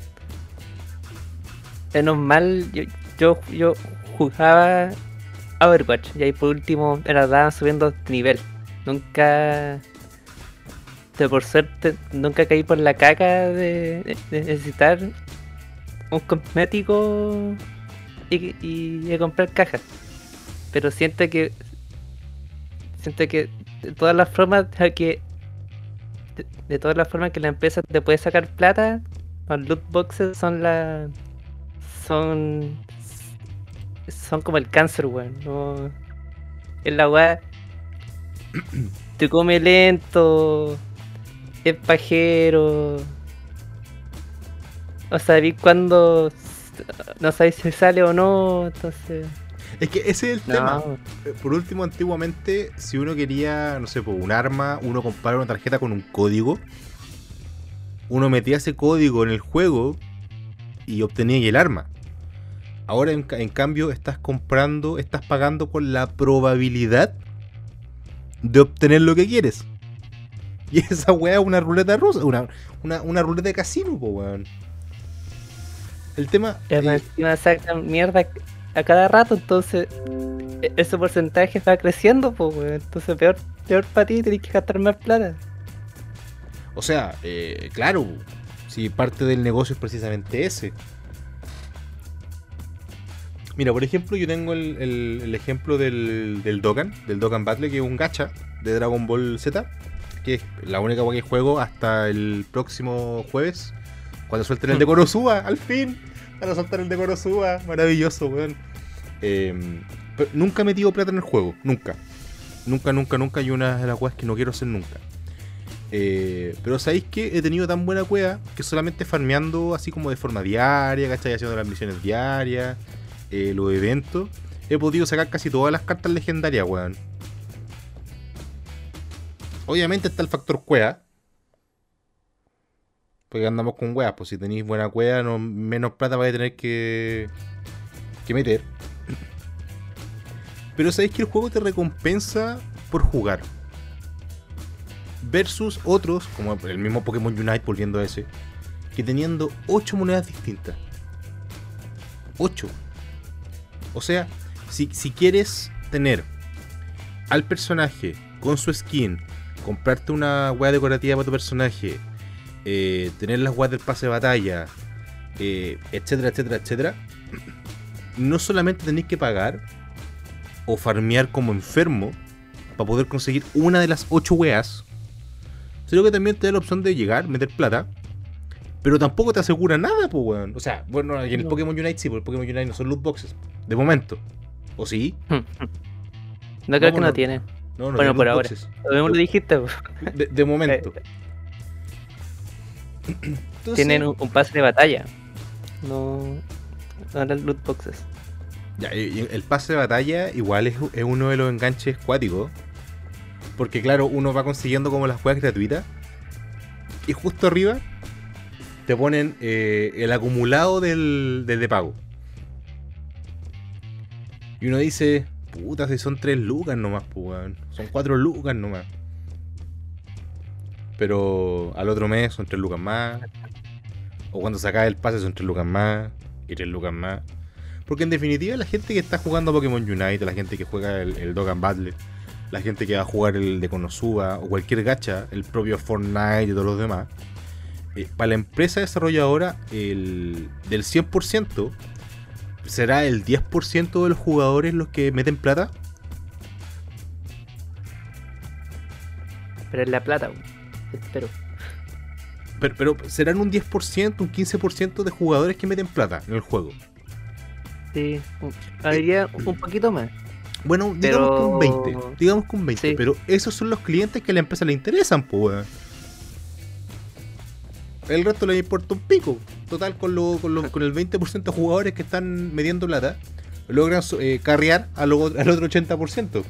Menos mal, yo jugaba Overwatch y ahí por último era daban subiendo de nivel. Nunca. Por suerte, nunca caí por la caca de necesitar un cosmético y de comprar cajas. Pero siento que de todas las formas de todas las formas que la empresa te puede sacar plata, los loot boxes son como el cáncer, weón. No, es la weá te come lento, es pajero. O sabéis cuándo, no sabéis si sale o no, entonces. Es que ese es el tema. No, Por último, antiguamente, si uno quería, no sé, un arma, uno compraba una tarjeta con un código, uno metía ese código en el juego y obtenía el arma. Ahora, en cambio, estás pagando con la probabilidad de obtener lo que quieres. Y esa weá es una ruleta rusa, una ruleta de casino, po, weón. El tema. encima sacan mierda a cada rato, entonces ese porcentaje va creciendo, pues, weón. Entonces peor para ti, tenés que gastar más plata. O sea, claro, si parte del negocio es precisamente ese. Mira, por ejemplo, yo tengo el ejemplo del Dokkan Battle, que es un gacha de Dragon Ball Z, que es la única que juego hasta el próximo jueves, cuando suelten el de Konosuba, al fin, para soltar el de Konosuba, maravilloso, weón. Pero nunca he metido plata en el juego, nunca, y una de las weas que no quiero hacer nunca. Pero sabéis que he tenido tan buena cueva que solamente farmeando así como de forma diaria, ¿cachai? Haciendo las misiones diarias, los eventos, he podido sacar casi todas las cartas legendarias, weón. Obviamente está el factor cueva, porque andamos con weas, pues si tenéis buena cueva, no, menos plata vais a tener que meter. Pero sabéis que el juego te recompensa por jugar. Versus otros, como el mismo Pokémon Unite, volviendo a ese, que teniendo 8 monedas distintas. 8. O sea, si quieres tener al personaje con su skin, comprarte una wea decorativa para tu personaje, tener las weas del pase de batalla, etcétera, etcétera, etcétera, no solamente tenéis que pagar o farmear como enfermo para poder conseguir una de las 8 weas, sino que también te da la opción de llegar, meter plata, pero tampoco te asegura nada, pues, weón. O sea, bueno, y en el Pokémon Unite sí, porque el Pokémon Unite no son loot boxes, de momento. ¿O sí? No creo que no tiene. No Bueno, por ahora. boxes. Lo mismo lo dijiste, pues. De momento. Entonces, Tienen un pase de batalla. No las loot boxes. ya, y el pase de batalla igual es uno de los enganches cuáticos. Porque claro, uno va consiguiendo como las juegas gratuitas. Y justo arriba te ponen el acumulado del de pago. Y uno dice, puta, si son 3 lucas nomás, pues, weón. Son 4 lucas nomás. Pero al otro mes son 3 lucas más. O cuando sacas el pase son 3 lucas más. Y 3 lucas más. Porque en definitiva la gente que está jugando Pokémon Unite, la gente que juega el Dokkan Battle, la gente que va a jugar el de Konosuba o cualquier gacha, el propio Fortnite y todos los demás, para la empresa desarrolladora del 100% será el 10% de los jugadores los que meten plata. Pero es la plata, weón. Espero. Pero serán un 10%, un 15% de jugadores que meten plata en el juego. Sí, habría un poquito más. Bueno, digamos Pero... que un 20. Digamos que un 20. Sí. Pero esos son los clientes que a la empresa le interesan, pues, weón. El resto le importa un pico. Total, con el 20% de jugadores que están metiendo plata, logran carrear al otro 80%.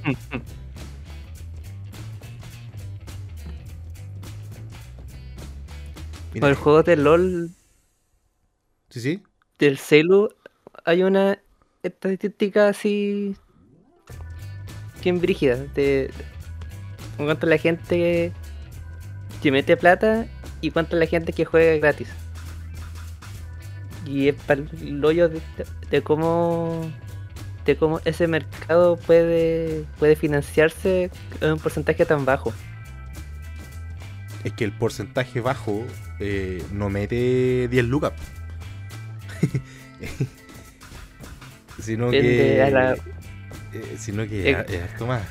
Con el juego de LOL Sí, sí. del celu hay una estadística así bien brígida de cuánto la gente que mete plata y cuánto la gente que juega gratis. Y es para el hoyo de cómo ese mercado puede financiarse en un porcentaje tan bajo. Es que el porcentaje bajo no mete 10 lucas. Sino que es harto más.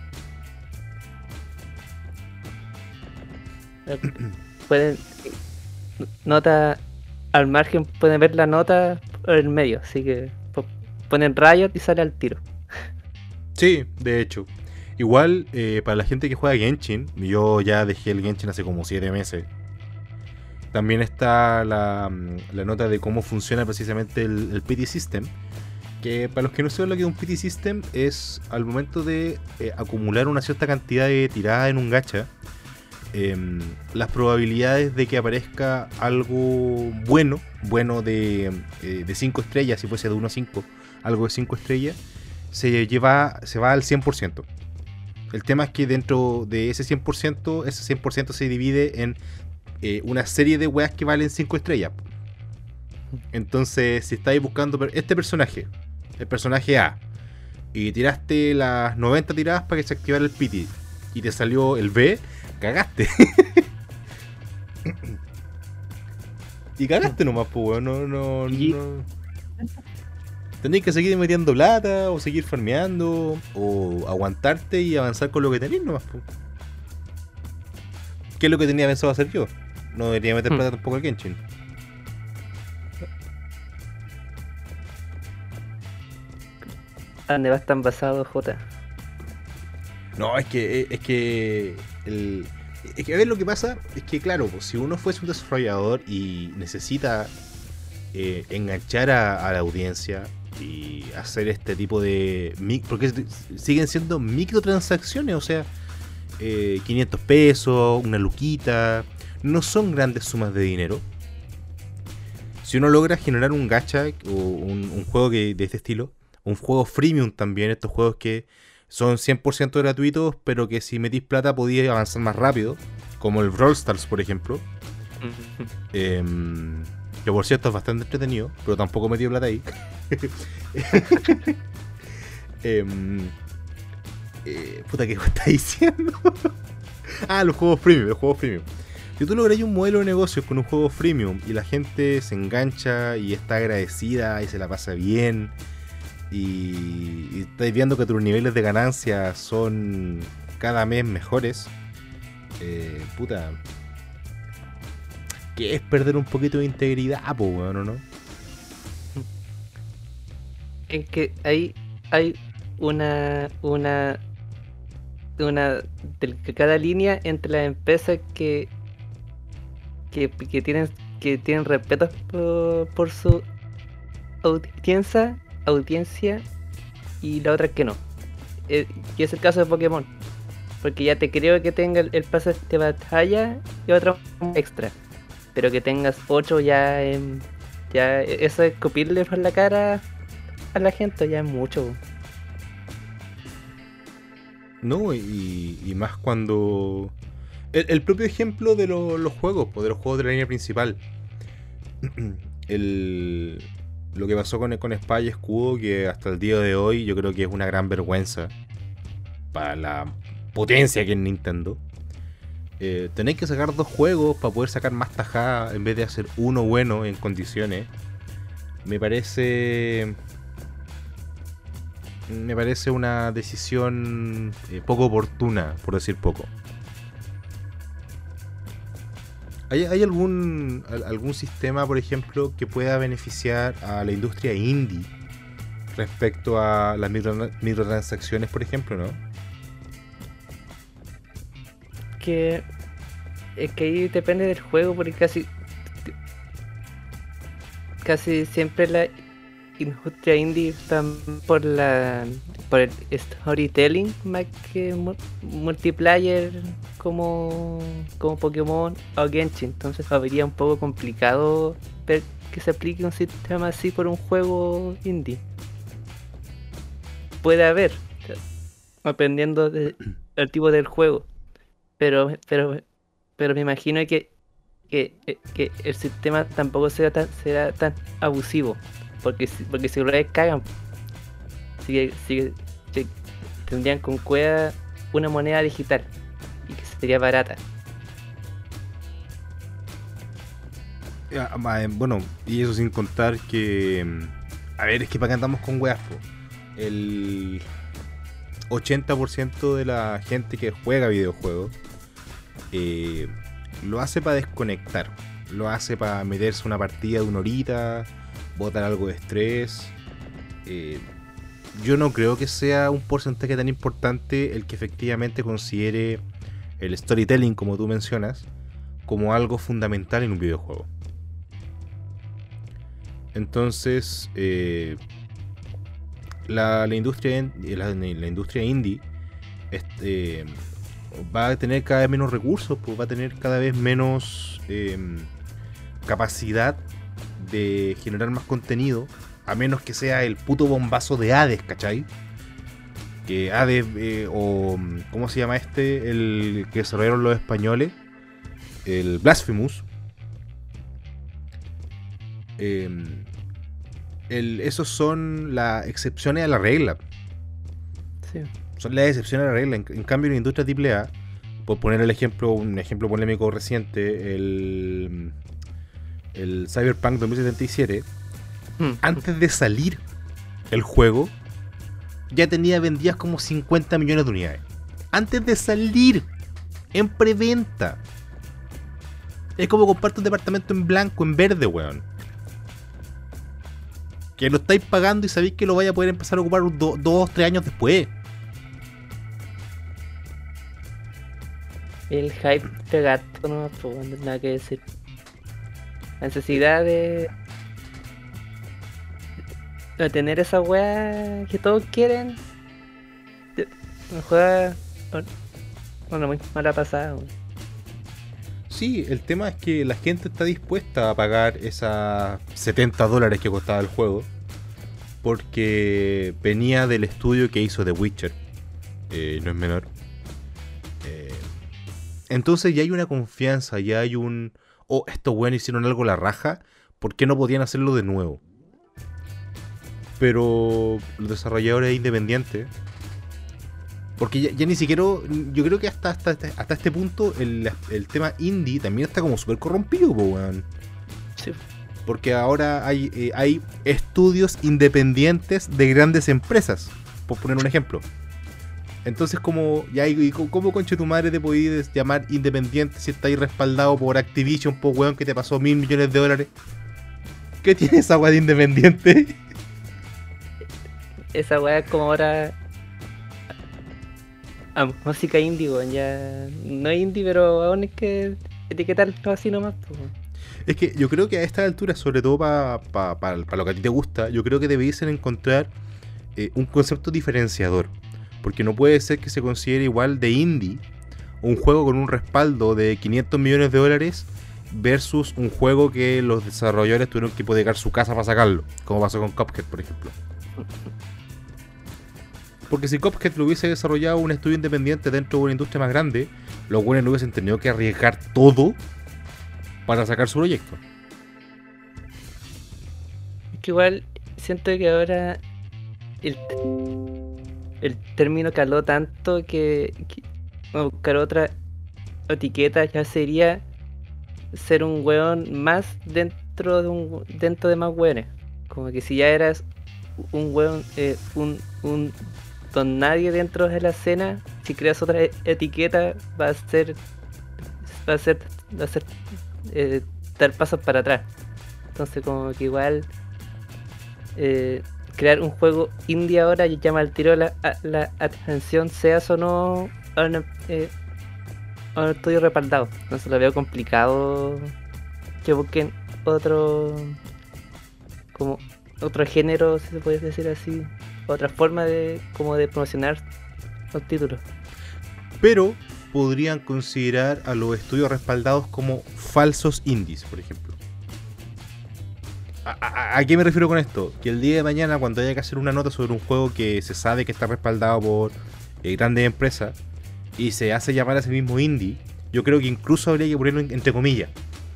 Pueden nota al margen, pueden ver la nota por el medio, así que ponen Riot y sale al tiro. Sí, de hecho. Igual, para la gente que juega Genshin, yo ya dejé el Genshin hace como 7 meses. También está la nota de cómo funciona precisamente el PT System. Que para los que no saben lo que es un PT System, es al momento de acumular una cierta cantidad de tiradas en un gacha, las probabilidades de que aparezca algo bueno de 5 estrellas, si fuese de 1 a 5, algo de 5 estrellas, se va al 100%. El tema es que dentro de ese 100% se divide en una serie de weas que valen 5 estrellas. Entonces, si estáis buscando este personaje, el personaje A, y tiraste las 90 tiradas para que se activara el pity, y te salió el B, cagaste. Y cagaste nomás, pues, weón. No. Tenéis que seguir metiendo plata, o seguir farmeando, o aguantarte y avanzar con lo que tenéis nomás, pues. ¿Qué es lo que tenía pensado hacer yo? No debería meter plata tampoco al Genshin. ¿A dónde vas tan basado, Jota? No, es que a ver, lo que pasa es que, claro, pues, si uno fuese un desarrollador y necesita enganchar a la audiencia y hacer este tipo de... Porque siguen siendo microtransacciones, o sea, 500 pesos, una luquita, no son grandes sumas de dinero. Si uno logra generar un gacha o un juego de este estilo, un juego freemium también, estos juegos que son 100% gratuitos, pero que si metís plata podías avanzar más rápido, como el Brawl Stars, por ejemplo. Que por cierto es bastante entretenido, pero tampoco metí plata ahí. Puta, ¿qué estás diciendo? Los juegos freemium. Si tú logras un modelo de negocio con un juego freemium y la gente se engancha y está agradecida y se la pasa bien, y estáis viendo que tus niveles de ganancia son cada mes mejores, puta, que es perder un poquito de integridad, po, bueno, ¿no? Es que ahí hay una de cada línea entre las empresas que tienen respeto por su audiencia y la otra que no. Y es el caso de Pokémon. Porque ya te creo que tenga el pase de batalla y otro extra. Pero que tengas 8 ya, ya eso es escupirle por la cara a la gente, ya es mucho. No, y más cuando... El propio ejemplo de los juegos, pues, de los juegos de la línea principal. Lo que pasó con Espada y Escudo, que hasta el día de hoy yo creo que es una gran vergüenza para la potencia que es Nintendo. Tenéis que sacar 2 juegos para poder sacar más tajada en vez de hacer uno bueno en condiciones. Me parece una decisión poco oportuna, por decir poco. ¿Hay algún sistema, por ejemplo, que pueda beneficiar a la industria indie respecto a las microtransacciones, por ejemplo, no? Que es que ahí depende del juego, porque casi siempre la industria indie está por el storytelling más que multiplayer como Pokémon o Genshin. Entonces habría un poco complicado ver que se aplique un sistema así por un juego indie. Puede haber, dependiendo del tipo del juego, pero me imagino que el sistema tampoco será tan abusivo, porque si lo cagan, si tendrían con cueva una moneda digital y que sería barata. Bueno, y eso sin contar que... A ver, es que para qué andamos con weas, po. El 80% de la gente que juega videojuegos lo hace para desconectar, lo hace para meterse una partida de 1 horita, botar algo de estrés. Yo no creo que sea un porcentaje tan importante el que efectivamente considere el storytelling, como tú mencionas, como algo fundamental en un videojuego. Entonces, la industria indie va a tener cada vez menos recursos, pues va a tener cada vez menos capacidad de generar más contenido, a menos que sea el puto bombazo de Hades, ¿cachai? Que Hades, o ¿cómo se llama el que desarrollaron los españoles? El Blasphemous. Esos son las excepciones a la regla. Sí. Son las excepciones a la regla. En cambio, en la industria AAA, por poner un ejemplo polémico reciente, el Cyberpunk 2077, antes de salir el juego, ya tenía vendidas como 50 millones de unidades. Antes de salir, en preventa. Es como comprarte un departamento en blanco, en verde, weón. Que lo estáis pagando y sabéis que lo vais a poder empezar a ocupar 2-3 años después. El hype de gato, no nada que decir. La necesidad de tener esa weá que todos quieren. Me juega una muy mala pasada. Sí, el tema es que la gente está dispuesta a pagar esas $70 que costaba el juego, porque venía del estudio que hizo The Witcher, no es menor. Entonces ya hay una confianza, ya hay un... Oh, estos weones hicieron algo la raja, ¿por qué no podían hacerlo de nuevo? Pero los desarrolladores independientes... Porque ya ni siquiera... Yo creo que hasta este punto el tema indie también está como súper corrompido, po, weón. Sí. Porque ahora hay estudios independientes de grandes empresas, por poner un ejemplo. Entonces, ¿cómo conche tu madre te podías llamar independiente si estáis respaldado por Activision, po, weón, que te pasó $1.000 millones? ¿Qué tiene esa weá de independiente? Esa weá es como ahora... música indie, weón, ya no es indie, pero aún es que etiquetarlo así nomás, pues. Es que yo creo que a esta altura, sobre todo para lo que a ti te gusta, yo creo que debéis encontrar un concepto diferenciador. Porque no puede ser que se considere igual de indie un juego con un respaldo de 500 millones de dólares versus un juego que los desarrolladores tuvieron que hipotecar su casa para sacarlo, como pasó con Cuphead, por ejemplo. Porque si Cuphead lo hubiese desarrollado un estudio independiente dentro de una industria más grande, los buenos no hubiesen tenido que arriesgar todo para sacar su proyecto. Es que igual siento que ahora el, el término caló tanto que buscar otra etiqueta ya sería ser un weón más dentro de más weones. Como que si ya eras un weón, un don nadie dentro de la escena, si creas otra etiqueta va a ser dar pasos para atrás. Entonces como que igual crear un juego indie ahora llama al tiro la atención, seas o no a un estudio respaldado. Entonces lo veo complicado que busquen como otro género, si se puede decir así, otra forma de promocionar los títulos. Pero podrían considerar a los estudios respaldados como falsos indies, por ejemplo. ¿A qué me refiero con esto? Que el día de mañana, cuando haya que hacer una nota sobre un juego que se sabe que está respaldado por grandes empresas y se hace llamar a ese mismo indie, yo creo que incluso habría que ponerlo entre comillas.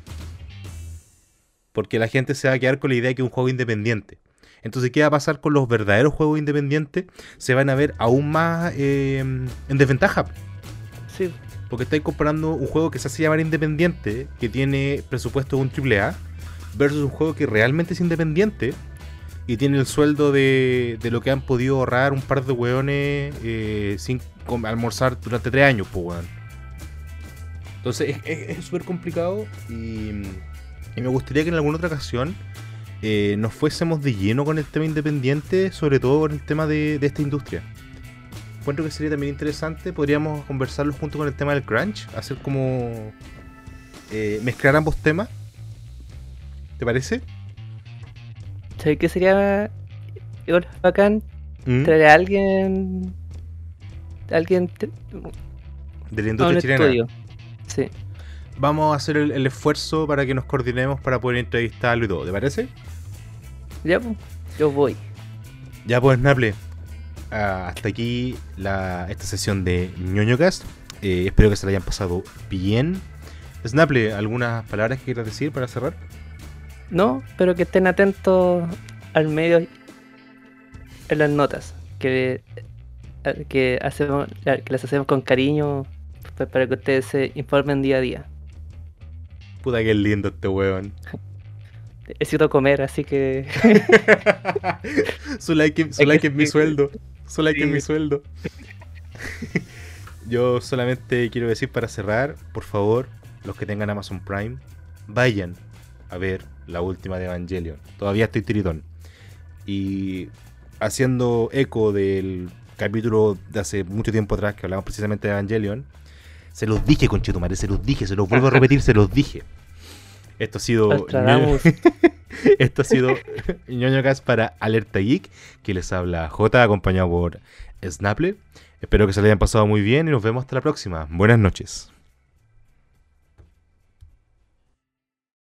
Porque la gente se va a quedar con la idea de que es un juego independiente. Entonces, ¿qué va a pasar con los verdaderos juegos independientes? Se van a ver aún más en desventaja. Sí. Porque estáis comparando un juego que se hace llamar independiente, que tiene presupuesto de un AAA, versus un juego que realmente es independiente y tiene el sueldo de lo que han podido ahorrar un par de weones sin almorzar durante 3 años, pues, weón. Entonces es súper complicado y me gustaría que en alguna otra ocasión nos fuésemos de lleno con el tema independiente, sobre todo con el tema de esta industria. Encuentro que sería también interesante, podríamos conversarlo junto con el tema del crunch, hacer como mezclar ambos temas. ¿Te parece? ¿Sabes qué sería igual bacán? Traer a alguien de la a un industria chilena. estudio. Sí. Vamos a hacer el esfuerzo para que nos coordinemos para poder entrevistarlo y todo, ¿te parece? Ya, pues, yo voy. Ya pues, Naple, hasta aquí esta sesión de ñoñocast. Espero que se la hayan pasado bien. Snaple, ¿algunas palabras que quieras decir para cerrar? No, pero que estén atentos al medio en las notas que las hacemos con cariño para que ustedes se informen día a día. Puta que lindo este weón. Necesito comer, así que Su like es mi sueldo. Su like es mi sueldo. Yo solamente quiero decir para cerrar, por favor, los que tengan Amazon Prime, vayan a ver la última de Evangelion. Todavía estoy tiritón. Y haciendo eco del capítulo de hace mucho tiempo atrás que hablamos precisamente de Evangelion, se los dije, conchetumare, se los vuelvo a repetir, se los dije. Esto ha sido esto ha sido ñoñocast para Alerta Geek, que les habla J, acompañado por Snaple. Espero que se le hayan pasado muy bien y nos vemos hasta la próxima. Buenas noches.